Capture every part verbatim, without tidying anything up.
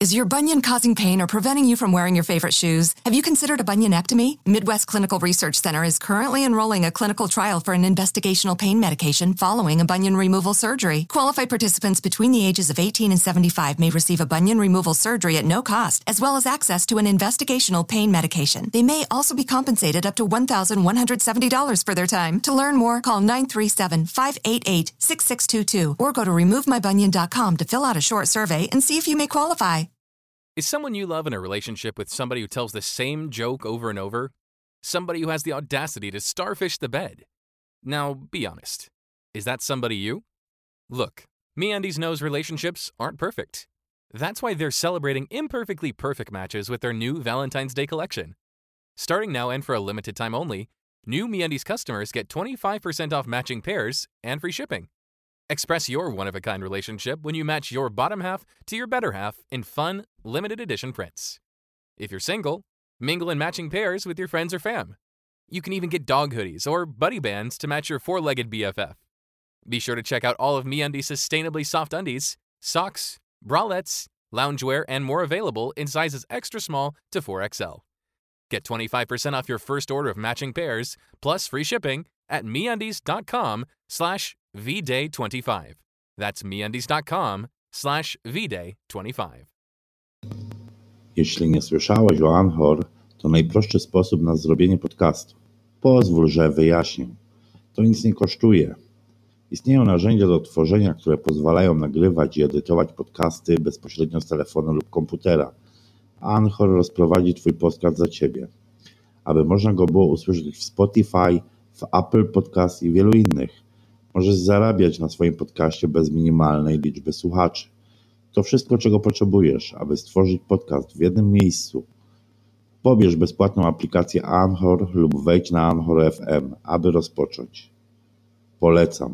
Is your bunion causing pain or preventing you from wearing your favorite shoes? Have you considered a bunionectomy? Midwest Clinical Research Center is currently enrolling a clinical trial for an investigational pain medication following a bunion removal surgery. Qualified participants between the ages of eighteen and seventy-five may receive a bunion removal surgery at no cost, as well as access to an investigational pain medication. They may also be compensated up to one thousand one hundred seventy dollars for their time. To learn more, call nine three seven, five eight eight, six six two two or go to remove my bunion dot com to fill out a short survey and see if you may qualify. Is someone you love in a relationship with somebody who tells the same joke over and over? Somebody who has the audacity to starfish the bed? Now, be honest. Is that somebody you? Look, MeUndies knows relationships aren't perfect. That's why they're celebrating imperfectly perfect matches with their new Valentine's Day collection. Starting now and for a limited time only, new MeUndies customers get twenty-five percent off matching pairs and free shipping. Express your one-of-a-kind relationship when you match your bottom half to your better half in fun, limited edition prints. If you're single, mingle in matching pairs with your friends or fam. You can even get dog hoodies or buddy bands to match your four-legged B F F. Be sure to check out all of MeUndies' sustainably soft undies, socks, bralettes, loungewear, and more available in sizes extra small to four X L. Get twenty-five percent off your first order of matching pairs, plus free shipping at MeUndies.com slash VDay25. That's MeUndies.com slash VDay25. Jeśli nie słyszałeś o Anchor, to najprostszy sposób na zrobienie podcastu. Pozwól, że wyjaśnię. To nic nie kosztuje. Istnieją narzędzia do tworzenia, które pozwalają nagrywać i edytować podcasty bezpośrednio z telefonu lub komputera. Anchor rozprowadzi Twój podcast za Ciebie, aby można go było usłyszeć w Spotify, w Apple Podcast i wielu innych. Możesz zarabiać na swoim podcaście bez minimalnej liczby słuchaczy. To wszystko, czego potrzebujesz, aby stworzyć podcast w jednym miejscu. Pobierz bezpłatną aplikację Anchor lub wejdź na Anchor F M, aby rozpocząć. Polecam.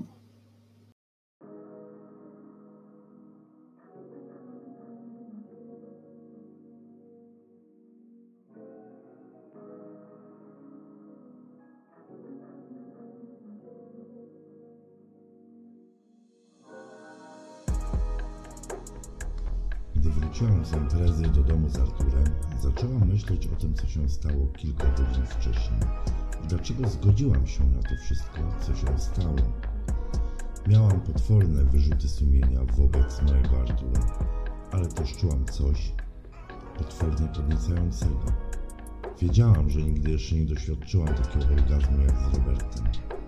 Gdy wróciłam z imprezy do domu z Arturem, zaczęłam myśleć o tym, co się stało kilka godzin wcześniej. Dlaczego zgodziłam się na to wszystko, co się stało? Miałam potworne wyrzuty sumienia wobec mojego Artura, ale też czułam coś potwornie podniecającego. Wiedziałam, że nigdy jeszcze nie doświadczyłam takiego orgazmu jak z Robertem.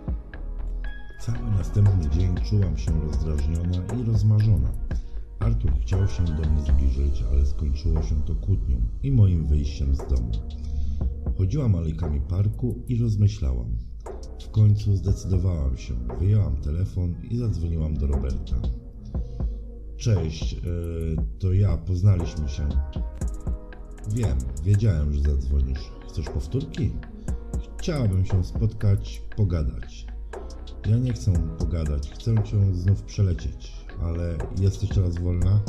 Cały następny dzień czułam się rozdrażniona i rozmarzona. Artur chciał się do mnie zbliżyć, ale skończyło się to kłótnią i moim wyjściem z domu. Chodziłam alejkami parku i rozmyślałam. W końcu zdecydowałam się, wyjęłam telefon i zadzwoniłam do Roberta. Cześć, yy, to ja, poznaliśmy się. Wiem, wiedziałem, że zadzwonisz. Chcesz powtórki? Chciałabym się spotkać, pogadać. Ja nie chcę pogadać, chcę cię znów przelecieć. Ale jesteś teraz wolna?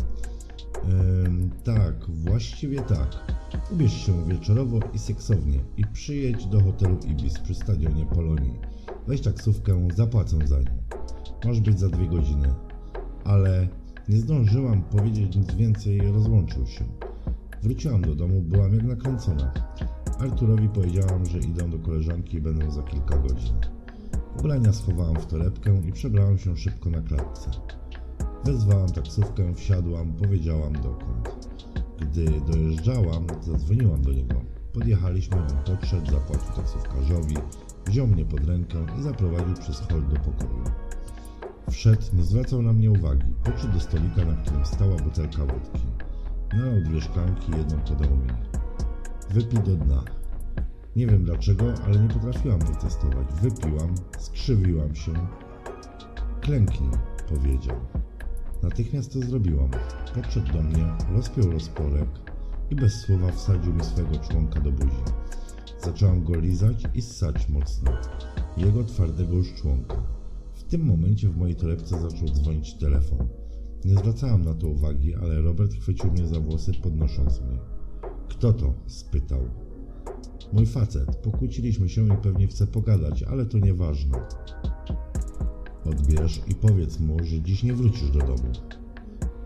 Yy, tak, właściwie tak. Ubierz się wieczorowo i seksownie i przyjedź do hotelu Ibis przy stadionie Polonii. Weź taksówkę, zapłacę za nią. Masz być za dwie godziny. Ale nie zdążyłam powiedzieć nic więcej, rozłączył się. Wróciłam do domu, byłam jak nakręcona. Arturowi powiedziałam, że idę do koleżanki i będę za kilka godzin. Ubrania schowałam w torebkę i przebrałam się szybko na klatce. Wezwałam taksówkę, wsiadłam, powiedziałam dokąd. Gdy dojeżdżałam, zadzwoniłam do niego. Podjechaliśmy, on podszedł, zapłacił taksówkarzowi, wziął mnie pod rękę i zaprowadził przez hol do pokoju. Wszedł, nie zwracał na mnie uwagi, podszedł do stolika, na którym stała butelka wódki. Nalał dwie szklanki, jedną podał mi. Wypij do dna. Nie wiem dlaczego, ale nie potrafiłam protestować. Wypiłam, skrzywiłam się. Klęknij, powiedział. Natychmiast to zrobiłam. Podszedł do mnie, rozpiął rozporek i bez słowa wsadził mi swego członka do buzi. Zaczęłam go lizać i ssać mocno. Jego twardego już członka. W tym momencie w mojej torebce zaczął dzwonić telefon. Nie zwracałam na to uwagi, ale Robert chwycił mnie za włosy, podnosząc mnie. Kto to? Spytał. Mój facet. Pokłóciliśmy się i pewnie chce pogadać, ale to nieważne. Odbierz i powiedz mu, że dziś nie wrócisz do domu.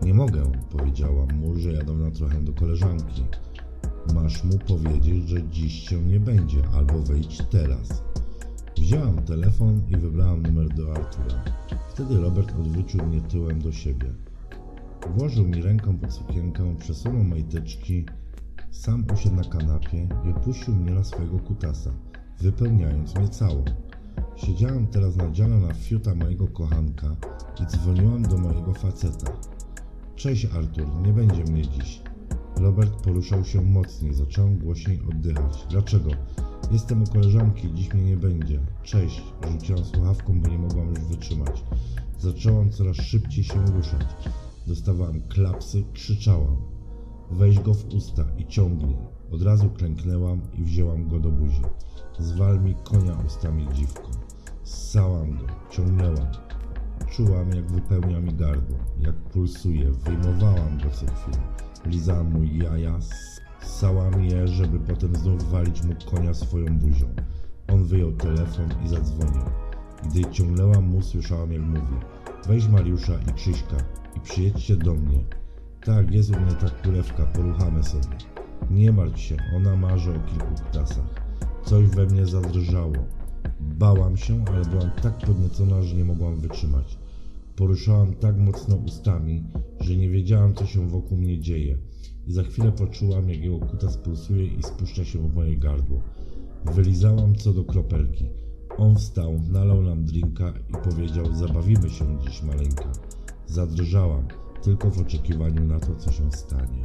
Nie mogę, powiedziałam mu, że jadę na trochę do koleżanki. Masz mu powiedzieć, że dziś cię nie będzie, albo wyjdź teraz. Wzięłam telefon i wybrałam numer do Artura. Wtedy Robert odwrócił mnie tyłem do siebie. Włożył mi ręką pod sukienkę, przesunął majteczki, sam usiadł na kanapie i opuścił mnie na swojego kutasa, wypełniając mnie całą. Siedziałam teraz nadziana na fiuta mojego kochanka i dzwoniłam do mojego faceta. Cześć Artur, nie będzie mnie dziś. Robert poruszał się mocniej, zacząłem głośniej oddychać. Dlaczego? Jestem u koleżanki, dziś mnie nie będzie. Cześć, rzuciłam słuchawką, bo nie mogłam już wytrzymać. Zaczęłam coraz szybciej się ruszać. Dostawałam klapsy, krzyczałam. Weź go w usta i ciągnij. Od razu klęknęłam i wzięłam go do buzi. Zwal mi konia ustami, dziwko. Ssałam go, ciągnęłam. Czułam, jak wypełnia mi gardło, jak pulsuje, wyjmowałam go co chwilę. Lizałam mu jaja, ssałam je, żeby potem znów walić mu konia swoją buzią. On wyjął telefon i zadzwonił. Gdy ciągnęłam mu, słyszałam, jak mówi: weź Mariusza i Krzyśka i przyjedźcie do mnie. Tak, jest u mnie ta kurewka, poruchamy sobie. Nie martw się, ona marzy o kilku kutasach. Coś we mnie zadrżało. Bałam się, ale byłam tak podniecona, że nie mogłam wytrzymać. Poruszałam tak mocno ustami, że nie wiedziałam, co się wokół mnie dzieje. I za chwilę poczułam, jak jego kutas pulsuje i spuszcza się w moje gardło. Wylizałam co do kropelki. On wstał, nalał nam drinka i powiedział: zabawimy się dziś, maleńka. Zadrżałam, tylko w oczekiwaniu na to, co się stanie.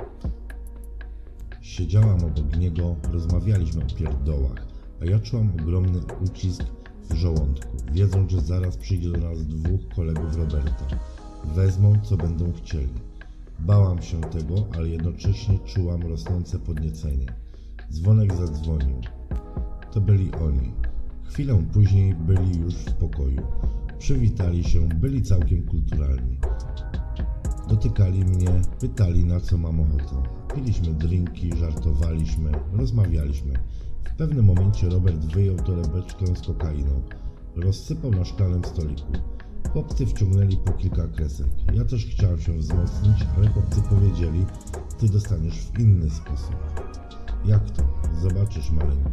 Siedziałam obok niego, rozmawialiśmy o pierdołach, a ja czułam ogromny ucisk w żołądku, wiedząc, że zaraz przyjdzie do nas dwóch kolegów Roberta. Wezmą, co będą chcieli. Bałam się tego, ale jednocześnie czułam rosnące podniecenie. Dzwonek zadzwonił. To byli oni. Chwilę później byli już w pokoju. Przywitali się, byli całkiem kulturalni. Dotykali mnie, pytali, na co mam ochotę. Piliśmy drinki, żartowaliśmy, rozmawialiśmy. W pewnym momencie Robert wyjął torebeczkę z kokainą. Rozsypał na szklanym stoliku. Chłopcy wciągnęli po kilka kresek. Ja też chciałem się wzmocnić, ale chłopcy powiedzieli: ty dostaniesz w inny sposób. Jak to? Zobaczysz, maleńka.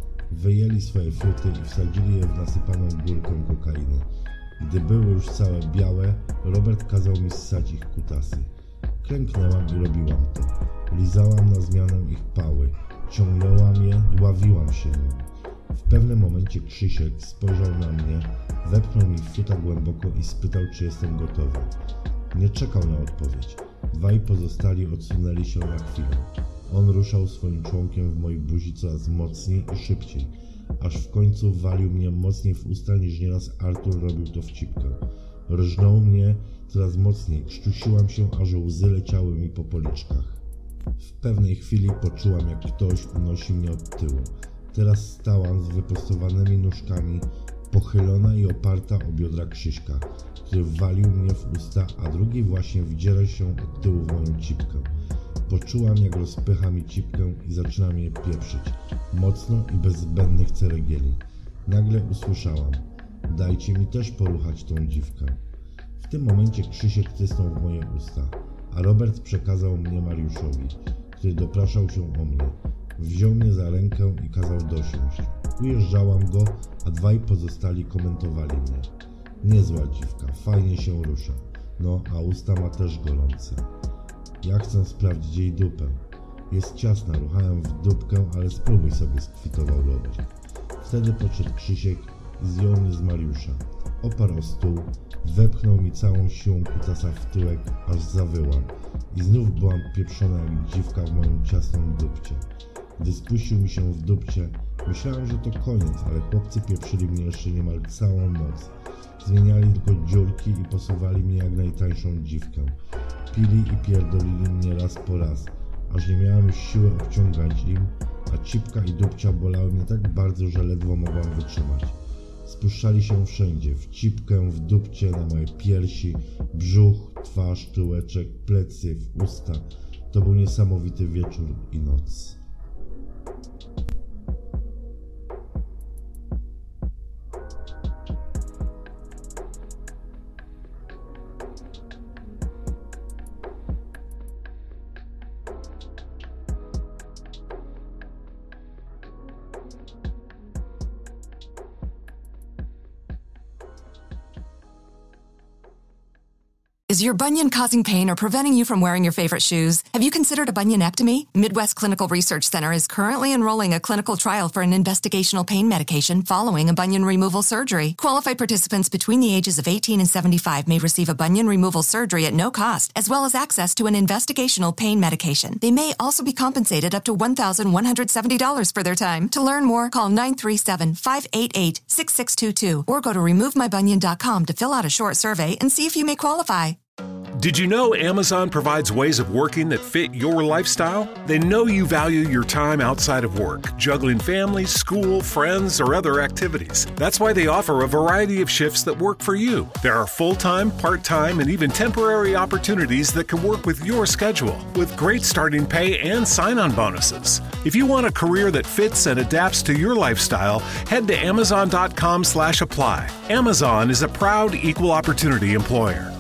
Wyjęli swoje fiuty i wsadzili je w nasypaną górkę kokainy. Gdy były już całe białe, Robert kazał mi ssać ich kutasy. Klęknęłam i robiłam to. Lizałam na zmianę ich pały. Ciągnęłam je, dławiłam się nimi. W pewnym momencie Krzysiek spojrzał na mnie, wepchnął mi fiuta głęboko i spytał, czy jestem gotowy. Nie czekał na odpowiedź. Dwaj pozostali odsunęli się na chwilę. On ruszał swoim członkiem w mojej buzi coraz mocniej i szybciej, aż w końcu walił mnie mocniej w usta, niż nieraz Artur robił to w cipkę. Rżnął mnie coraz mocniej, krztusiłam się, aż łzy leciały mi po policzkach. W pewnej chwili poczułam, jak ktoś unosi mnie od tyłu. Teraz stałam z wyprostowanymi nóżkami, pochylona i oparta o biodra Krzyśka, który walił mnie w usta, a drugi właśnie wdziera się od tyłu w moją cipkę. Poczułam, jak rozpycha mi cipkę i zaczyna mnie pieprzyć, mocno i bez zbędnych ceregieli. Nagle usłyszałam: dajcie mi też poruchać tą dziwkę. W tym momencie Krzysiek tysnął w moje usta, a Robert przekazał mnie Mariuszowi, który dopraszał się o mnie. Wziął mnie za rękę i kazał dosiąść. Ujeżdżałam go, a dwaj pozostali komentowali mnie. Niezła dziwka, fajnie się rusza. No, a usta ma też gorące. Ja chcę sprawdzić jej dupę. Jest ciasna, ruchałem w dupkę, ale spróbuj sobie, skwitował Robert. Wtedy podszedł Krzysiek i zdjął mnie z Mariusza. Oparł o stół, wepchnął mi całą siłą kutasa w tyłek, aż zawyłam. I znów byłam pieprzona jak dziwka w moją ciasną dupcie. Gdy spuścił mi się w dupcie, myślałem, że to koniec, ale chłopcy pieprzyli mnie jeszcze niemal całą noc. Zmieniali tylko dziurki i posuwali mnie jak najtańszą dziwkę. Pili i pierdolili mnie raz po raz, aż nie miałem już siły obciągać im, a cipka i dupcia bolały mnie tak bardzo, że ledwo mogłam wytrzymać. Spuszczali się wszędzie, w cipkę, w dupcie, na moje piersi, brzuch, twarz, tyłeczek, plecy, w usta. To był niesamowity wieczór i noc. Is your bunion causing pain or preventing you from wearing your favorite shoes? Have you considered a bunionectomy? Midwest Clinical Research Center is currently enrolling a clinical trial for an investigational pain medication following a bunion removal surgery. Qualified participants between the ages of eighteen and seventy-five may receive a bunion removal surgery at no cost, as well as access to an investigational pain medication. They may also be compensated up to one thousand one hundred seventy dollars for their time. To learn more, call nine three seven, five eight eight, six six two two or go to remove my bunion dot com to fill out a short survey and see if you may qualify. Did you know Amazon provides ways of working that fit your lifestyle? They know you value your time outside of work, juggling family, school, friends, or other activities. That's why they offer a variety of shifts that work for you. There are full-time, part-time, and even temporary opportunities that can work with your schedule, with great starting pay and sign-on bonuses. If you want a career that fits and adapts to your lifestyle, head to amazon dot com slash apply. Amazon is a proud equal opportunity employer.